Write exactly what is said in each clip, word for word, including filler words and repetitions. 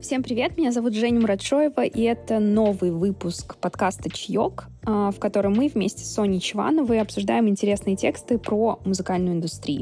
Всем привет, меня зовут Женя Муратшоева, и это новый выпуск подкаста «Чаек», в котором мы вместе с Соней Чвановой обсуждаем интересные тексты про музыкальную индустрию.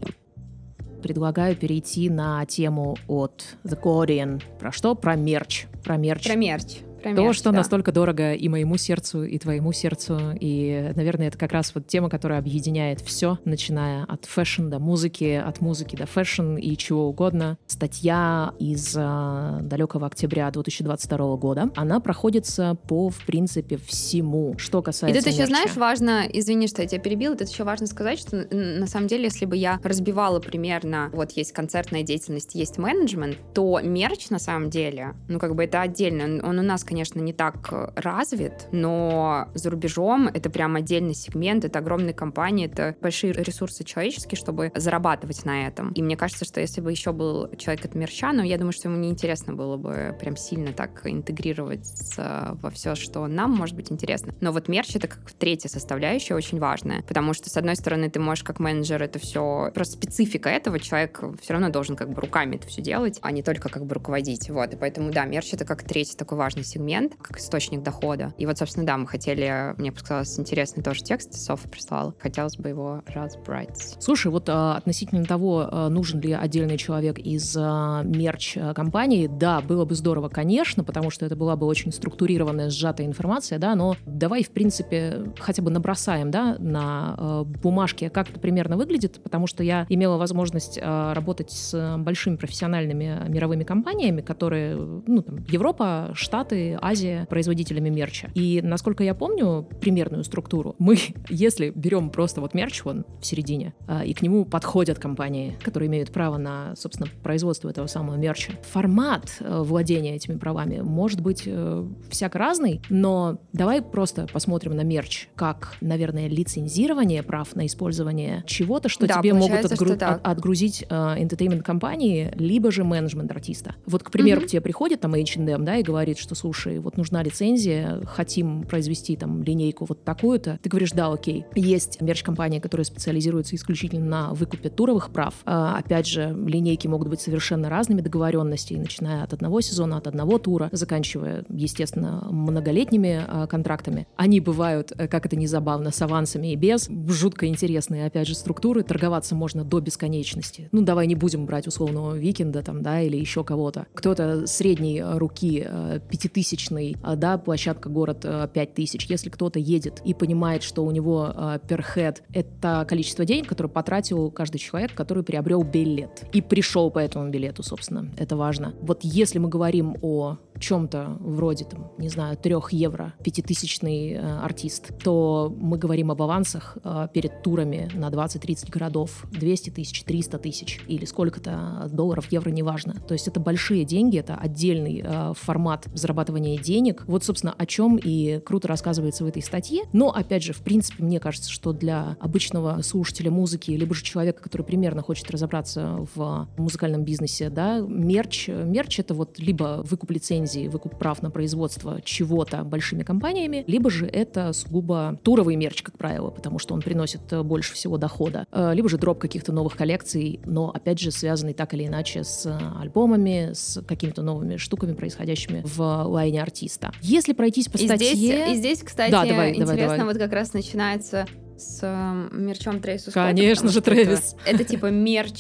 Предлагаю перейти на тему от The Guardian. Про что? Про мерч. Про мерч. Про мерч. То, мерч, что да. настолько дорого и моему сердцу, и твоему сердцу. И, наверное, это как раз вот тема, которая объединяет все, начиная от фэшн до музыки, от музыки до фэшн и чего угодно. Статья из а, далекого октября две тысячи двадцать второго года. Она проходится по, в принципе, всему, что касается И тут еще, мерча. знаешь, важно, извини, что я тебя перебила, тут еще важно сказать, что на самом деле, если бы я разбивала примерно, вот есть концертная деятельность, есть менеджмент, то мерч, на самом деле, ну, как бы это отдельно. Он, он у нас, конечно, не так развит, но за рубежом это прям отдельный сегмент, это огромные компании, это большие ресурсы человеческие, чтобы зарабатывать на этом. И мне кажется, что если бы еще был человек от мерча, но я думаю, что ему неинтересно было бы прям сильно так интегрироваться во все, что нам может быть интересно. Но вот мерч — это как третья составляющая, очень важная, потому что, с одной стороны, ты можешь как менеджер это все, просто специфика этого, человек все равно должен как бы руками это все делать, а не только как бы руководить. Вот, и поэтому, да, мерч — это как третий такой важный сегмент, как источник дохода. И вот, собственно, да, мы хотели, мне показалось интересный тоже текст, Софа прислала, хотелось бы его разбрать. Слушай, вот а, относительно того, а, нужен ли отдельный человек из а, мерч-компании, да, было бы здорово, конечно, потому что это была бы очень структурированная, сжатая информация, да, но давай, в принципе, хотя бы набросаем, да, на а, бумажке, как это примерно выглядит, потому что я имела возможность а, работать с большими профессиональными мировыми компаниями, которые, ну, там, Европа, Штаты, Азия, производителями мерча. И, насколько я помню, примерную структуру, мы, если берем просто вот мерч вон в середине, и к нему подходят компании, которые имеют право на, собственно, производство этого самого мерча, формат владения этими правами может быть всяко разный, но давай просто посмотрим на мерч как, наверное, лицензирование прав на использование чего-то, что да, тебе могут отгру- что от- отгрузить энтетеймент-компании, либо же менеджмент артиста. Вот, к примеру, mm-hmm. к тебе приходит там эйч энд эм, да, и говорит, что, слушай, вот нужна лицензия, хотим произвести там линейку вот такую-то. Ты говоришь, да, окей. Есть мерч-компания, которая специализируется исключительно на выкупе туровых прав. А, опять же, линейки могут быть совершенно разными договоренностей, начиная от одного сезона, от одного тура, заканчивая, естественно, многолетними а, контрактами. Они бывают, как это ни забавно, с авансами и без. Жутко интересные, опять же, структуры. Торговаться можно до бесконечности. Ну, давай не будем брать условного Викенда там, да, или еще кого-то. Кто-то средней руки, пятитысячный, да, площадка город пять тысяч. Если кто-то едет и понимает, что у него per head это количество денег, которое потратил каждый человек, который приобрел билет и пришел по этому билету, собственно, это важно. Вот если мы говорим о чем-то вроде, там, не знаю, трех евро, пятитысячный э, артист, то мы говорим об авансах э, перед турами на двадцать-тридцать городов, двести тысяч, триста тысяч или сколько-то долларов, евро, неважно. То есть это большие деньги, это отдельный э, формат зарабатывания денег. Вот, собственно, о чем и круто рассказывается в этой статье. Но, опять же, в принципе, мне кажется, что для обычного слушателя музыки, либо же человека, который примерно хочет разобраться в музыкальном бизнесе, да, мерч, мерч — это вот либо выкуп лицензии, выкуп прав на производство чего-то большими компаниями, либо же это сугубо туровый мерч, как правило, потому что он приносит больше всего дохода, либо же дроп каких-то новых коллекций, но, опять же, связанный так или иначе с альбомами, с какими-то новыми штуками, происходящими в лайне артиста. Если пройтись по и статье... Здесь, и здесь, кстати, да, давай, интересно, давай, давай. вот как раз начинается с э, мерчом Трейса Скотта. Конечно же, Трэвис. Это, это типа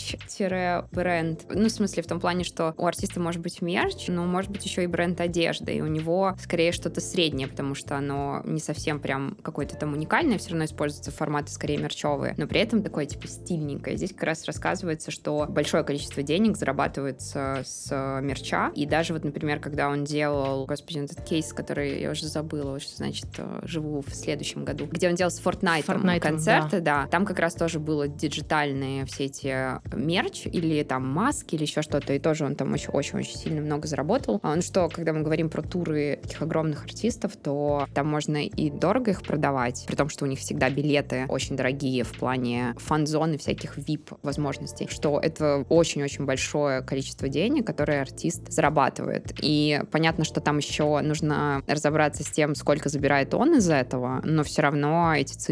мерч-бренд. Ну, в смысле, в том плане, что у артиста может быть мерч, но может быть еще и бренд одежды, и у него скорее что-то среднее, потому что оно не совсем прям какое-то там уникальное, все равно используются форматы скорее мерчевые, но при этом такое типа стильненькое. Здесь как раз рассказывается, что большое количество денег зарабатывается с мерча, и даже вот, например, когда он делал, господи, этот кейс, который я уже забыла, что значит живу в следующем году, где он делал с Fortnite концерты, да. да, там как раз тоже было диджитальные все эти мерч или там маски или еще что-то, и тоже он там очень-очень сильно много заработал. А он что, когда мы говорим про туры таких огромных артистов, то там можно и дорого их продавать, при том, что у них всегда билеты очень дорогие в плане фан-зон и всяких ви ай пи-возможностей, что это очень-очень большое количество денег, которые артист зарабатывает. И понятно, что там еще нужно разобраться с тем, сколько забирает он из этого, но все равно эти цифры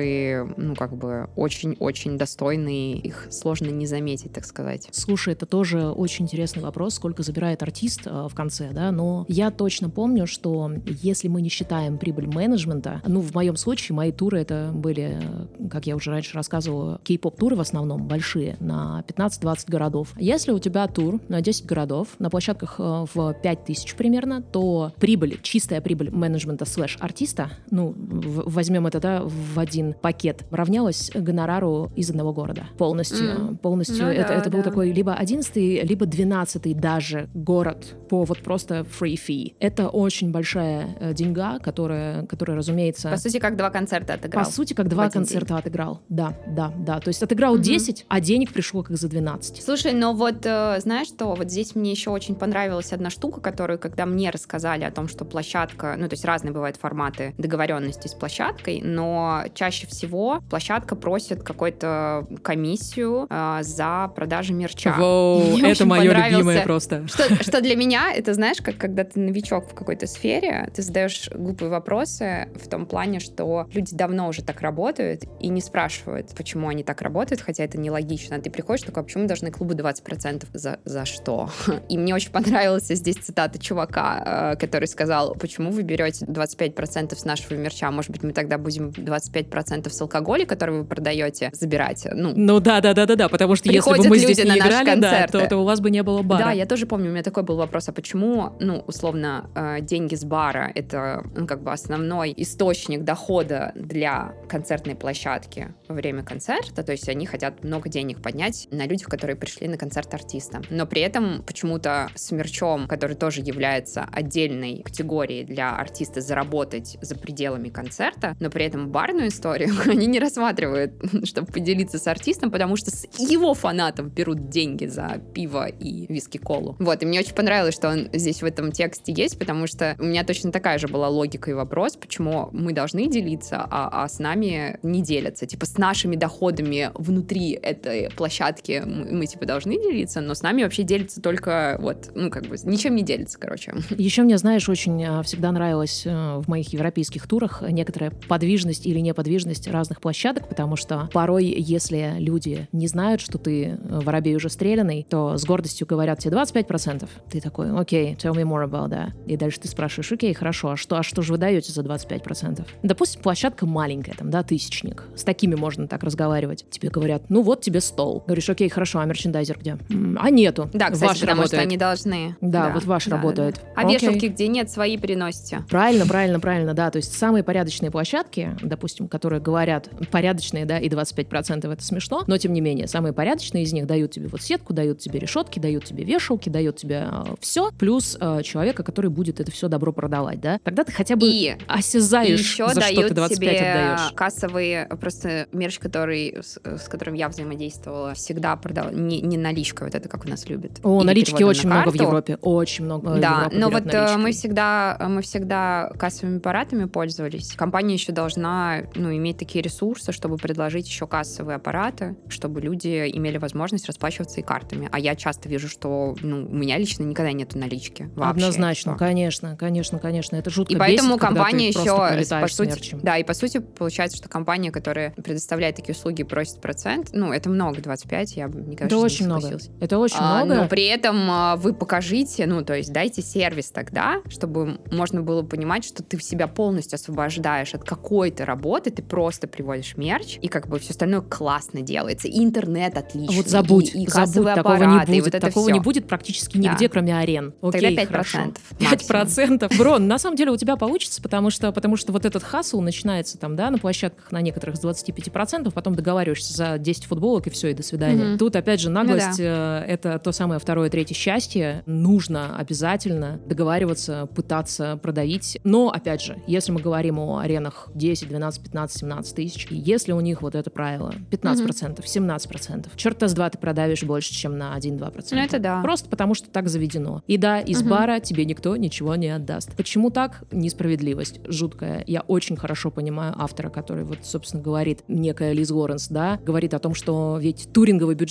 которые, ну, как бы очень-очень достойные, их сложно не заметить, так сказать. Слушай, это тоже очень интересный вопрос, сколько забирает артист э, в конце, да, но я точно помню, что если мы не считаем прибыль менеджмента, ну, в моем случае мои туры это были, как я уже раньше рассказывала, кей-поп-туры в основном, большие, на пятнадцать-двадцать городов. Если у тебя тур на десять городов, на площадках э, в пять тысяч примерно, то прибыль, чистая прибыль менеджмента слэш-артиста, ну, в- возьмем это, да, в один пакет, равнялась гонорару из одного города. Полностью, Mm. полностью. Ну это, да, это был да. такой либо одиннадцатый, либо двенадцатый даже город по вот просто free fee. Это очень большая э, деньга, которая, которая, разумеется... По сути, как два концерта отыграл. По сути, как в два один концерта отыграл. Да, да, да. То есть отыграл Мгм. десять, а денег пришло как за двенадцать. Слушай, но вот э, знаешь что, вот здесь мне еще очень понравилась одна штука, которую, когда мне рассказали о том, что площадка, ну, то есть разные бывают форматы договоренности с площадкой, но чаще всего площадка просит какую-то комиссию э, за продажу мерча. Воу, Мне это очень мое понравился. любимое просто. Что, что для меня, это знаешь, как когда ты новичок в какой-то сфере, ты задаешь глупые вопросы в том плане, что люди давно уже так работают и не спрашивают, почему они так работают, хотя это нелогично. Ты приходишь такой, а почему должны клубы двадцать процентов? За, за что? И мне очень понравилась здесь цитата чувака, э, который сказал, почему вы берете двадцать пять процентов с нашего мерча? Может быть, мы тогда будем двадцать пять процентов с алкоголя, который вы продаете, забирать? Ну, Ну да, да, да, да, да, потому что если бы Приходят мы люди здесь на не наши играли, да, концерты. то, то у вас бы не было бара. Да, я тоже помню, у меня такой был вопрос, а почему, ну, условно, э, деньги с бара — это, ну, как бы основной источник дохода для концертной площадки во время концерта, то есть они хотят много денег поднять на людях, которые пришли на концерт артиста. Но при этом почему-то с мерчом, который тоже является отдельной категорией для артиста, заработать за пределами концерта, но при этом барную историю они не рассматривают, чтобы поделиться с артистом, потому что с его фанатов берут деньги за пиво и виски-колу. Вот, и мне очень понравилось, что он здесь в этом тексте есть, потому что у меня точно такая же была логика и вопрос, почему мы должны делиться, а, а с нами не делятся. Типа, с нашими доходами внутри этой площадки мы, мы, типа, должны делиться, но с нами вообще делится только, вот, ну, как бы, ничем не делится, короче. Еще мне, знаешь, очень а, всегда нравилась а, в моих европейских турах некоторая подвижность или неподвижность разных площадок, потому что порой, если люди не знают, что ты а, воробей уже стрелянный, то с гордостью говорят тебе двадцать пять процентов. Ты такой, окей, tell me more about that. И дальше ты спрашиваешь, окей, хорошо, а что, а что же вы даете за двадцать пять процентов? Допустим, площадка маленькая, там, да, тысячник. С такими можно так разговаривать. Тебе говорят, ну вот тебе стол. Говоришь, окей, хорошо, а мерчендайзер где? М, А нету. Да, кстати, Ваш потому работает. что они должны. Да, вот ваш работает. да. А Окей. вешалки где нет, свои приносите. Правильно, правильно, правильно, да. То есть самые порядочные площадки, допустим, которые говорят порядочные, да, и двадцать пять процентов это смешно, но тем не менее, самые порядочные из них дают тебе вот сетку, дают тебе решетки, дают тебе вешалки, дают тебе э, все, плюс э, человека, который будет это все добро продавать, да. Тогда ты хотя бы И осязаешь, И еще за что дают ты двадцать пять тебе отдаешь. кассовые, просто мерч, который, с, с которым я взаимодействовала, всегда продавал, не, не наличка, вот это как у нас любят. О, Или налички переводом очень на много в карту. Европе, очень много. э, Да, Европа но берет вот э, наличкой. мы всегда, мы всегда кассовыми аппаратами пользовались. Компания еще должна, ну, иметь такие ресурсы, чтобы предложить еще кассовые аппараты, чтобы люди имели возможность расплачиваться и картами. А я часто вижу, что, ну, у меня лично никогда нету налички вообще. Однозначно, Что. конечно, конечно, конечно. Это жутко И поэтому бесит, когда компания ты просто еще, пролетаешь по с сути, мерчем. да, и по сути получается, что компания, которая предоставляет такие услуги, просит процент, ну, это много, двадцать пять, я бы, мне кажется, Это не очень много. согласилась. Это очень А, много. но при этом а, вы покажите, ну, то есть дайте сервис тогда, чтобы можно было понимать, что ты себя полностью освобождаешь от какой-то работы, ты просто приводишь мерч, и как бы все остальное классно делается. И интернет отличный. Вот забудь, и, и забудь, кассовые такого не аппараты, и будет. вот это Такого всё. не будет практически Да. нигде, кроме арен. Тогда Окей, пять хорошо. процентов. пять процентов. Брон, на самом деле у тебя получится, потому что, потому что вот этот хасл начинается там, да, на площадках на некоторых с двадцати пяти процентов, потом договариваешься за десять футболок, и все, и до свидания. Мгм. Тут, опять же, наглость, Ну э, это то самое второе, третье счастье. Нужно обязательно договариваться, пытаться продавить. Но, опять же, если мы говорим о аренах десять, двенадцать, пятнадцать, семнадцать тысяч, и если у них вот это правило пятнадцать процентов, семнадцать процентов, черта с два ты продавишь больше, чем на один-два процента. Ну, это да. Просто потому, что так заведено. И да, из Мгм. бара тебе никто ничего не отдаст. Почему так? Несправедливость жуткая. Я очень хорошо понимаю автора, который вот, собственно, говорит, некая Лиз Лоренс, да, говорит о том, что ведь туринговый бюджет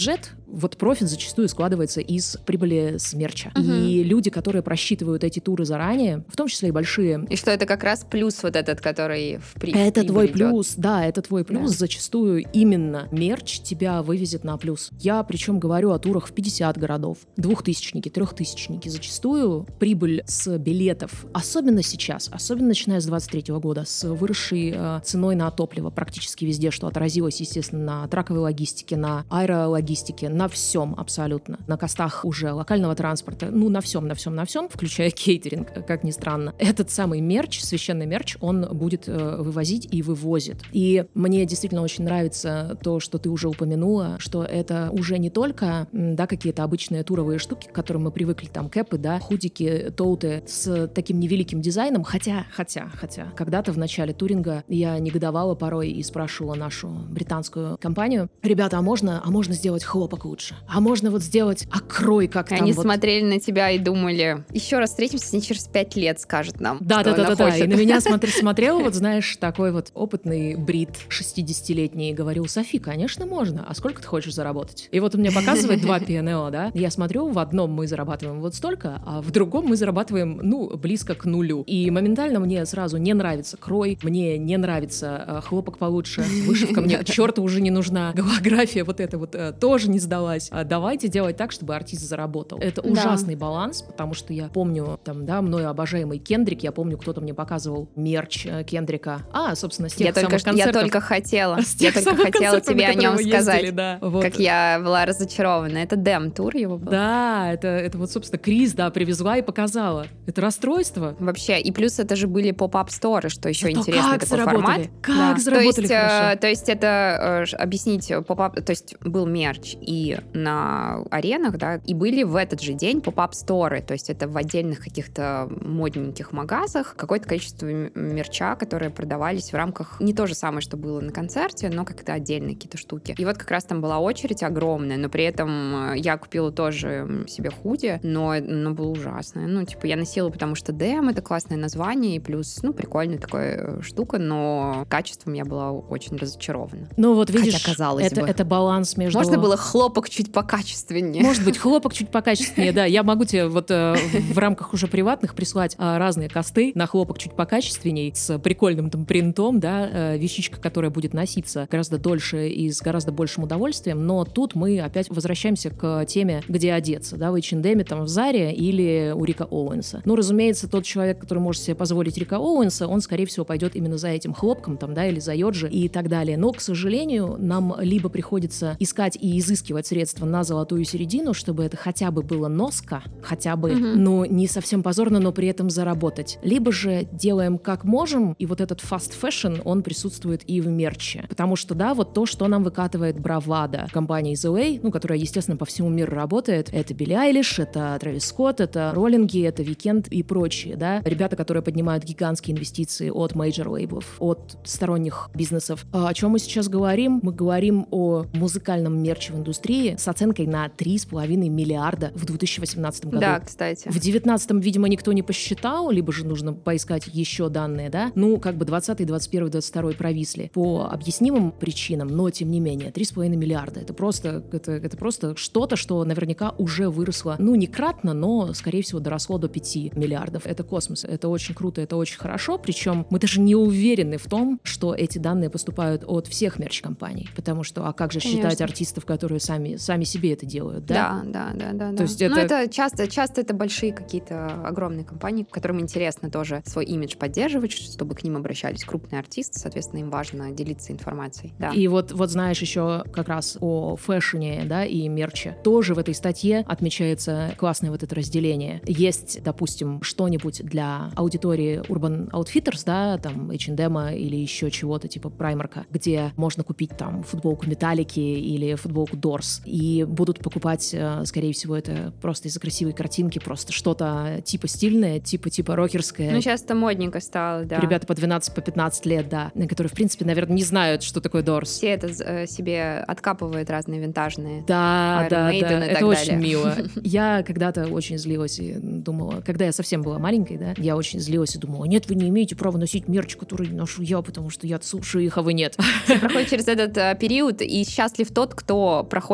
вот профит зачастую складывается из прибыли с мерча. Угу. И люди, которые просчитывают эти туры заранее, в том числе и большие... И что это как раз плюс вот этот, который в при... Это твой идет. плюс, да, это твой плюс. Да. Зачастую именно мерч тебя вывезет на плюс. Я причем говорю о турах в пятьдесят городов. Двухтысячники, трехтысячники. Зачастую прибыль с билетов, особенно сейчас, особенно начиная с двадцать третьего года, с выросшей э, ценой на топливо практически везде, что отразилось, естественно, на траковой логистике, на аэрологистике, на всем абсолютно. На костах уже локального транспорта, ну, на всем, на всем, на всем, включая кейтеринг, как ни странно. Этот самый мерч, священный мерч, он будет э, вывозить и вывозит. И мне действительно очень нравится то, что ты уже упомянула, что это уже не только, да, какие-то обычные туровые штуки, к которым мы привыкли, там, кэпы, да, худики, тоуты с таким невеликим дизайном, хотя, хотя, хотя, когда-то в начале туринга я негодовала порой и спрашивала нашу британскую компанию: ребята, а можно, а можно сделать хлопок лучше? А можно вот сделать окрой, как там Они вот... смотрели на тебя и думали, еще раз встретимся, не через пять лет скажет нам, Да, что да, да, она да, да. хочет. И на меня смотр, смотрел, вот знаешь, такой вот опытный брит шестидесятилетний, и говорил: Софи, конечно, можно. А сколько ты хочешь заработать? И вот он мне показывает два пи эн эл, да. Я смотрю, в одном мы зарабатываем вот столько, а в другом мы зарабатываем, ну, близко к нулю. И моментально мне сразу не нравится крой, мне не нравится э, хлопок получше, вышивка мне к черту уже не нужна, голография вот эта вот э, тоже не сдалась. А давайте делать так, чтобы артист заработал. Это Да. ужасный баланс, потому что я помню, там, да, мною обожаемый Кендрик, я помню, кто-то мне показывал мерч э, Кендрика. А, собственно, с тех Я самых только, концертов. я только хотела, С тех я только самых хотела концертов, тебе на о нем которые мы сказать, ездили, да. Вот. как я была разочарована. Это дем-тур его был. Да, это, это вот, собственно, Крис, да, привезла и показала. Это расстройство. Вообще, и плюс это же были поп-ап-сторы, что еще Зато интересный как такой заработали, формат. как Да. заработали то есть, хорошо. э, то есть это, э, объяснить, поп-ап, то есть был мерч и на аренах, да, и были в этот же день поп-ап-сторы, то есть это в отдельных каких-то модненьких магазах какое-то количество м- мерча, которые продавались в рамках не то же самое, что было на концерте, но как-то отдельные какие-то штуки. И вот как раз там была очередь огромная, но при этом я купила тоже себе худи, но оно было ужасное. Ну, типа, я носила, потому что дэм — это классное название, и плюс, ну, прикольная такая штука, но качеством я была очень разочарована. Ну вот видишь, Хотя, казалось это, бы. это баланс между... Можно было хлопок чуть покачественнее. Может быть, хлопок чуть покачественнее, да. Я могу тебе вот э, в рамках уже приватных прислать э, разные косты на хлопок чуть покачественней, с прикольным там принтом, да, э, вещичка, которая будет носиться гораздо дольше и с гораздо большим удовольствием, но тут мы опять возвращаемся к теме, где одеться, да, в эйч энд эм, там, в Заре или у Рика Оуэнса. Ну, разумеется, тот человек, который может себе позволить Рика Оуэнса, он, скорее всего, пойдет именно за этим хлопком, там, да, или за йоджи и так далее. Но, к сожалению, нам либо приходится искать и изыскивать средства на золотую середину, чтобы это хотя бы было носка, хотя бы, Мгм. ну, не совсем позорно, но при этом заработать. Либо же делаем как можем, и вот этот fast fashion, он присутствует и в мерче. Потому что, да, вот то, что нам выкатывает Бравада компании The Way, ну, которая, естественно, по всему миру работает, это Билли Айлиш, это Трэвис Скотт, это Роллинги, это Weekend и прочие, да, ребята, которые поднимают гигантские инвестиции от мейджор-лейблов, от сторонних бизнесов. А о чем мы сейчас говорим? Мы говорим о музыкальном мерче в индустрии с оценкой на три с половиной миллиарда в две тысячи восемнадцатом году. Да, кстати. В девятнадцатом, видимо, никто не посчитал, либо же нужно поискать еще данные, да? Ну, как бы двадцатый, двадцать первый, двадцать второй провисли по объяснимым причинам, но, тем не менее, три с половиной миллиарда. Это просто, это, это просто что-то, что наверняка уже выросло, ну, не кратно, но, скорее всего, доросло до пяти миллиардов. Это космос. Это очень круто, это очень хорошо. Причем мы даже не уверены в том, что эти данные поступают от всех мерч-компаний. Потому что, а как же Конечно. считать артистов, которые сами, сами себе это делают, да? Да, да, да, да. То да. есть Ну, это- это часто, часто это большие какие-то огромные компании, которым интересно тоже свой имидж поддерживать, чтобы к ним обращались крупные артисты, соответственно, им важно делиться информацией. Да. И вот, вот знаешь, еще как раз о фэшне, да, и мерче. Тоже в этой статье отмечается классное вот это разделение. Есть, допустим, что-нибудь для аудитории Urban Outfitters, да, там эйч энд эм или еще чего-то типа Primark, где можно купить там футболку Металлики или футболку Doors, и будут покупать, э, скорее всего, это просто из-за красивой картинки, просто что-то типа стильное, типа-типа рокерское. Ну, сейчас это модненько стало, да. Ребята по двенадцать, по пятнадцать лет, да, которые, в принципе, наверное, не знают, что такое Doors. Все это э, себе откапывают разные винтажные. Да, Iron да, Maiden да, и это так очень далее. мило. Я когда-то очень злилась и думала, когда я совсем была маленькой, да, я очень злилась и думала: нет, вы не имеете права носить мерч, который ношу я, потому что я слушаю их, а вы нет. Все проходят через этот э, период, и счастлив тот, кто проходит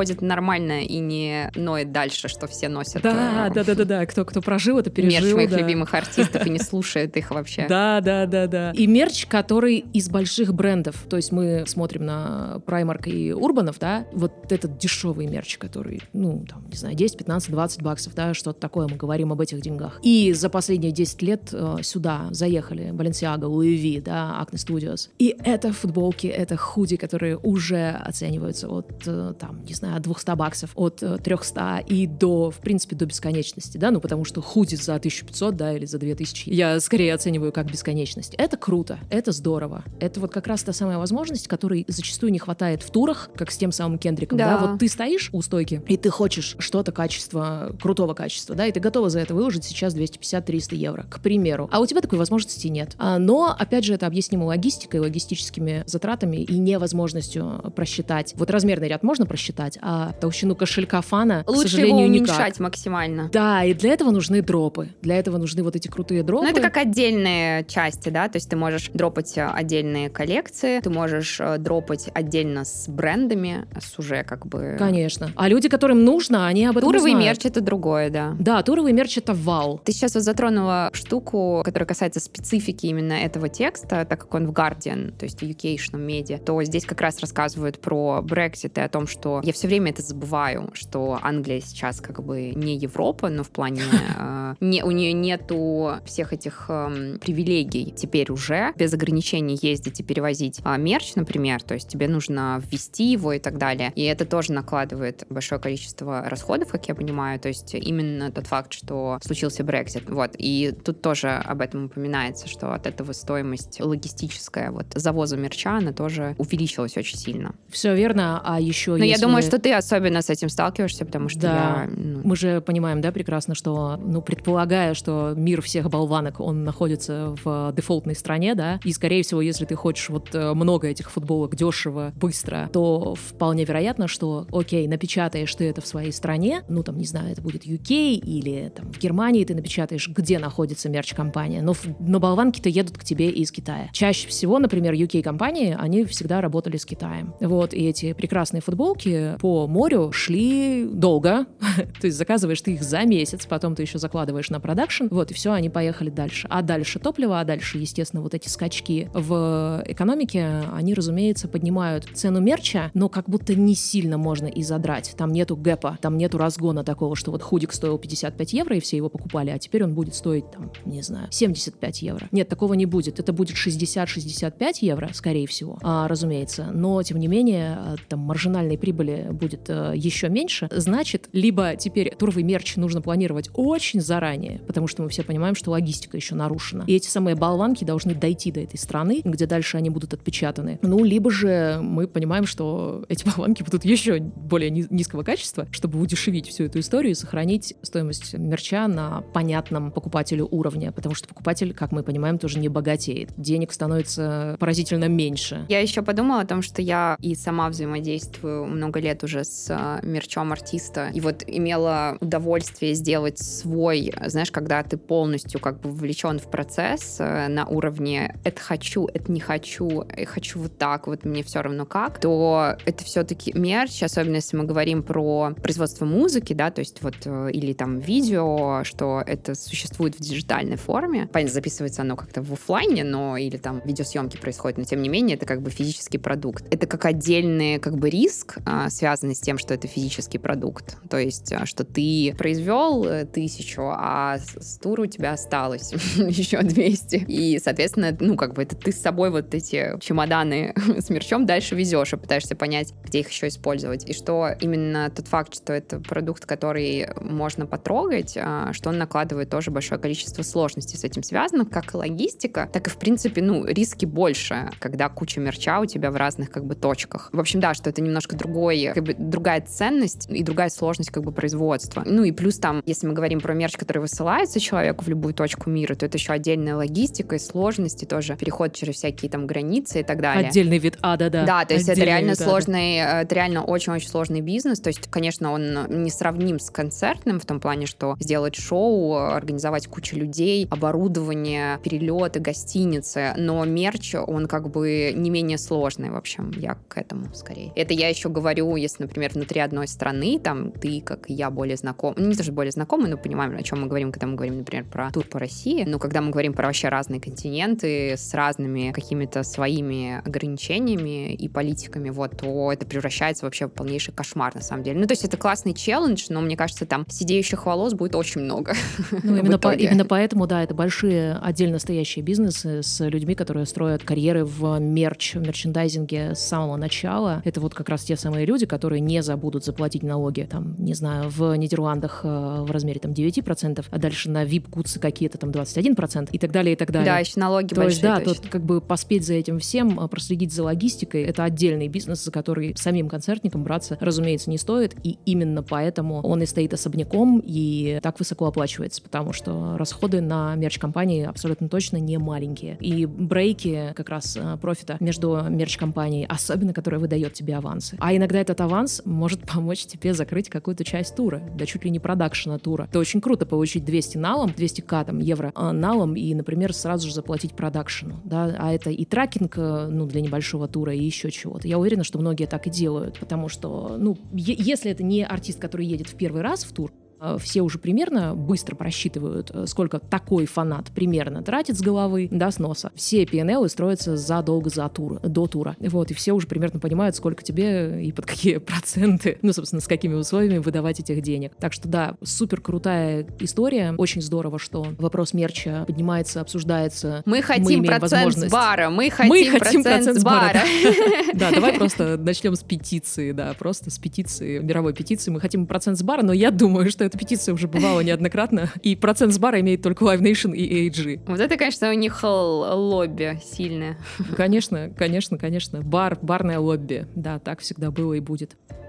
ходит нормально и не ноет дальше, что все носят. Да, э, да, да, да, да. Кто, кто прожил это, пережил. мерч моих да. любимых артистов и не слушает их вообще. Да, да, да, да. И мерч, который из больших брендов. То есть мы смотрим на Primark и Урбанов, да, вот этот дешевый мерч, который, ну, там, не знаю, десять, пятнадцать, двадцать баксов, да, что-то такое, мы говорим об этих деньгах. И за последние десять лет э, сюда заехали Balenciaga, Louis V, да, Acne Studios. И это футболки, это худи, которые уже оцениваются от, э, там, не знаю, от двухсот баксов, от э, трехсот и до, в принципе, до бесконечности, да, ну, потому что худи за тысячу пятьсот, да, или за две тысячи я скорее оцениваю как бесконечность. Это круто, это здорово. Это вот как раз та самая возможность, которой зачастую не хватает в турах, как с тем самым Кендриком, да. Да. Вот ты стоишь у стойки, и ты хочешь что-то качества, крутого качества, да, и ты готова за это выложить сейчас двести пятьдесят - триста евро, к примеру. А у тебя такой возможности нет. А, но, опять же, это объяснимо логистикой, логистическими затратами и невозможностью просчитать. Вот размерный ряд можно просчитать, а толщину кошелька фана, к Лучше сожалению, его никак. уменьшать максимально. Да, и для этого нужны дропы. Для этого нужны вот эти крутые дропы. Ну, это как отдельные части, да, то есть ты можешь дропать э, отдельные коллекции, ты можешь э, дропать отдельно с брендами, с уже как бы... Конечно. А люди, которым нужно, они об этом Туровый знают. мерч — это другое, да. Да, туровый мерч — это вау. Ты сейчас вот затронула штуку, которая касается специфики именно этого текста, так как он в Guardian, то есть в ю кей-шном медиа, то здесь как раз рассказывают про Brexit и о том, что я все время это забываю, что Англия сейчас как бы не Европа, но в плане э, не, у нее нету всех этих э, привилегий теперь уже, без ограничений ездить и перевозить а мерч, например, то есть тебе нужно ввести его и так далее. И это тоже накладывает большое количество расходов, как я понимаю, то есть именно тот факт, что случился Brexit. Вот. И тут тоже об этом упоминается, что от этого стоимость логистическая вот завоза мерча, она тоже увеличилась очень сильно. Все верно, а еще Но если... я думаю, что ты особенно с этим сталкиваешься, потому что Да. я... ну, Мы же понимаем, да, прекрасно, что, ну, предполагая, что мир всех болванок, он находится в дефолтной стране, да, и, скорее всего, если ты хочешь вот э, много этих футболок дешево, быстро, то вполне вероятно, что, окей, напечатаешь ты это в своей стране, ну, там, не знаю, это будет ю кей или там в Германии ты напечатаешь, где находится мерч-компания, но, в- но болванки-то едут к тебе из Китая. Чаще всего, например, ю кей-компании, они всегда работали с Китаем. Вот, и эти прекрасные футболки по морю шли долго, то есть заказываешь ты их за месяц, потом ты еще закладываешь на продакшн, вот, и все, они поехали дальше. А дальше топливо, а дальше, естественно, вот эти скачки в экономике, они, разумеется, поднимают цену мерча, но как будто не сильно можно и задрать. Там нету гэпа, там нету разгона такого, что вот худик стоил пятьдесят пять евро, и все его покупали, а теперь он будет стоить, там, не знаю, семьдесят пять евро. Нет, такого не будет. Это будет шестьдесят - шестьдесят пять евро, скорее всего, а, разумеется. Но, тем не менее, а, там маржинальной прибыли будет а, еще меньше. Значит, либо теперь туровый мерч нужно планировать очень заранее, потому что мы все понимаем, что логистика еще нарушена. И эти самые болванки должны дойти до этой страны, где дальше они будут отпечатаны. Ну, либо же мы понимаем, что эти болванки будут еще более ни- низкого качества, чтобы удешевить всю эту историю и сохранить стоимость мерча на понятном покупателю уровне, потому что покупатель, как мы понимаем, тоже не богатеет. Денег становится поразительно меньше. Я еще подумала о том, что я и сама взаимодействую много лет уже с э, мерчом артиста, и вот имела удовольствие сделать свой, знаешь, когда ты полностью как бы вовлечен в процесс э, на уровне «это хочу, это не хочу, э, хочу вот так, вот мне все равно как», то это все-таки мерч, особенно если мы говорим про производство музыки, да, то есть вот э, или там видео, что это существует в диджитальной форме. Понятно, записывается оно как-то в офлайне, но или там видеосъемки происходят, но тем не менее это как бы физический продукт. Это как отдельный как бы риск, а, связанный с тем, что это физический продукт. То есть, а, что ты произвел э, тысячу, а с, с тура у тебя осталось еще двести. И, соответственно, ну как бы это ты с собой вот эти чемоданы с мерчом дальше везешь и пытаешься понять, где их еще использовать. И что именно тот факт, что это продукт, который можно потрогать, а, что он накладывает тоже большое количество сложностей с этим связанных, как и логистика, так и, в принципе, ну, риски больше, когда куча мерча у тебя в разных, как бы, точках. В общем, да, что это немножко другой, как бы, другая ценность и другая сложность, как бы, производства. Ну, и плюс там, если мы говорим про мерч, который высылается человеку в любую точку мира, то это еще отдельная логистика и сложности тоже, переход через всякие там границы и так далее. Отдельный вид ада, да. Да, то есть это Отдельный реально вид ада. сложный, это реально очень-очень сложный бизнес. То есть, конечно, он не сравним с концертным в том плане, что сделать шоу, организовать кучу людей, оборудование, перелеты, гостиницы, но мерч, он как бы не менее сложный, в общем, я к этому скорее. Это я еще говорю, если получается, например, внутри одной страны, там ты, как и я, более знаком, ну, не то, что более знакомы, но понимаем, о чем мы говорим, когда мы говорим, например, про тур по России, но когда мы говорим про вообще разные континенты с разными какими-то своими ограничениями и политиками, вот, то это превращается вообще в полнейший кошмар, на самом деле. Ну, то есть это классный челлендж, но мне кажется, там сидеющих волос будет очень много. Ну, именно, по, именно поэтому, да, это большие отдельно стоящие бизнесы с людьми, которые строят карьеры в мерч, в мерчендайзинге с самого начала. Это вот как раз те самые люди, которые не забудут заплатить налоги, там, не знаю, в Нидерландах в размере там девять процентов, а дальше на ви ай пи-гудсы какие-то там двадцать один процент и так далее, и так далее. Да, еще налоги то большие. Есть, да, точно. тут как бы поспеть за этим всем, проследить за логистикой, это отдельный бизнес, за который самим концертникам браться, разумеется, не стоит, и именно поэтому он и стоит особняком и так высоко оплачивается, потому что расходы на мерч-компании абсолютно точно не маленькие. И брейки как раз профита между мерч-компанией, особенно которая выдает тебе авансы. А иногда этот аванс может помочь тебе закрыть какую-то часть тура, да чуть ли не продакшена тура. Это очень круто получить двести налом, двести тысяч там, евро налом и, например, сразу же заплатить продакшену, да, а это и трекинг, ну, для небольшого тура, и еще чего-то. Я уверена, что многие так и делают, потому что, ну, е- если это не артист, который едет в первый раз в тур, все уже примерно быстро просчитывают, сколько такой фанат примерно тратит с головы, да, с носа. Все пи эн эл строятся задолго за тур, до тура. Вот, и все уже примерно понимают, сколько тебе и под какие проценты, ну, собственно, с какими условиями выдавать этих денег. Так что, да, супер крутая история. Очень здорово, что вопрос мерча поднимается, обсуждается. Мы хотим мы процент с бара, мы хотим, мы хотим процент, процент с бара. Да, давай просто начнем с петиции, да, просто с петиции, мировой петиции. Мы хотим процент с бара, но я думаю, что эта петиция уже бывала неоднократно, и процент с бара имеет только Live Nation и эй джи. Вот это, конечно, у них лобби сильное. Конечно, конечно, конечно. Бар, барное лобби. Да, так всегда было и будет.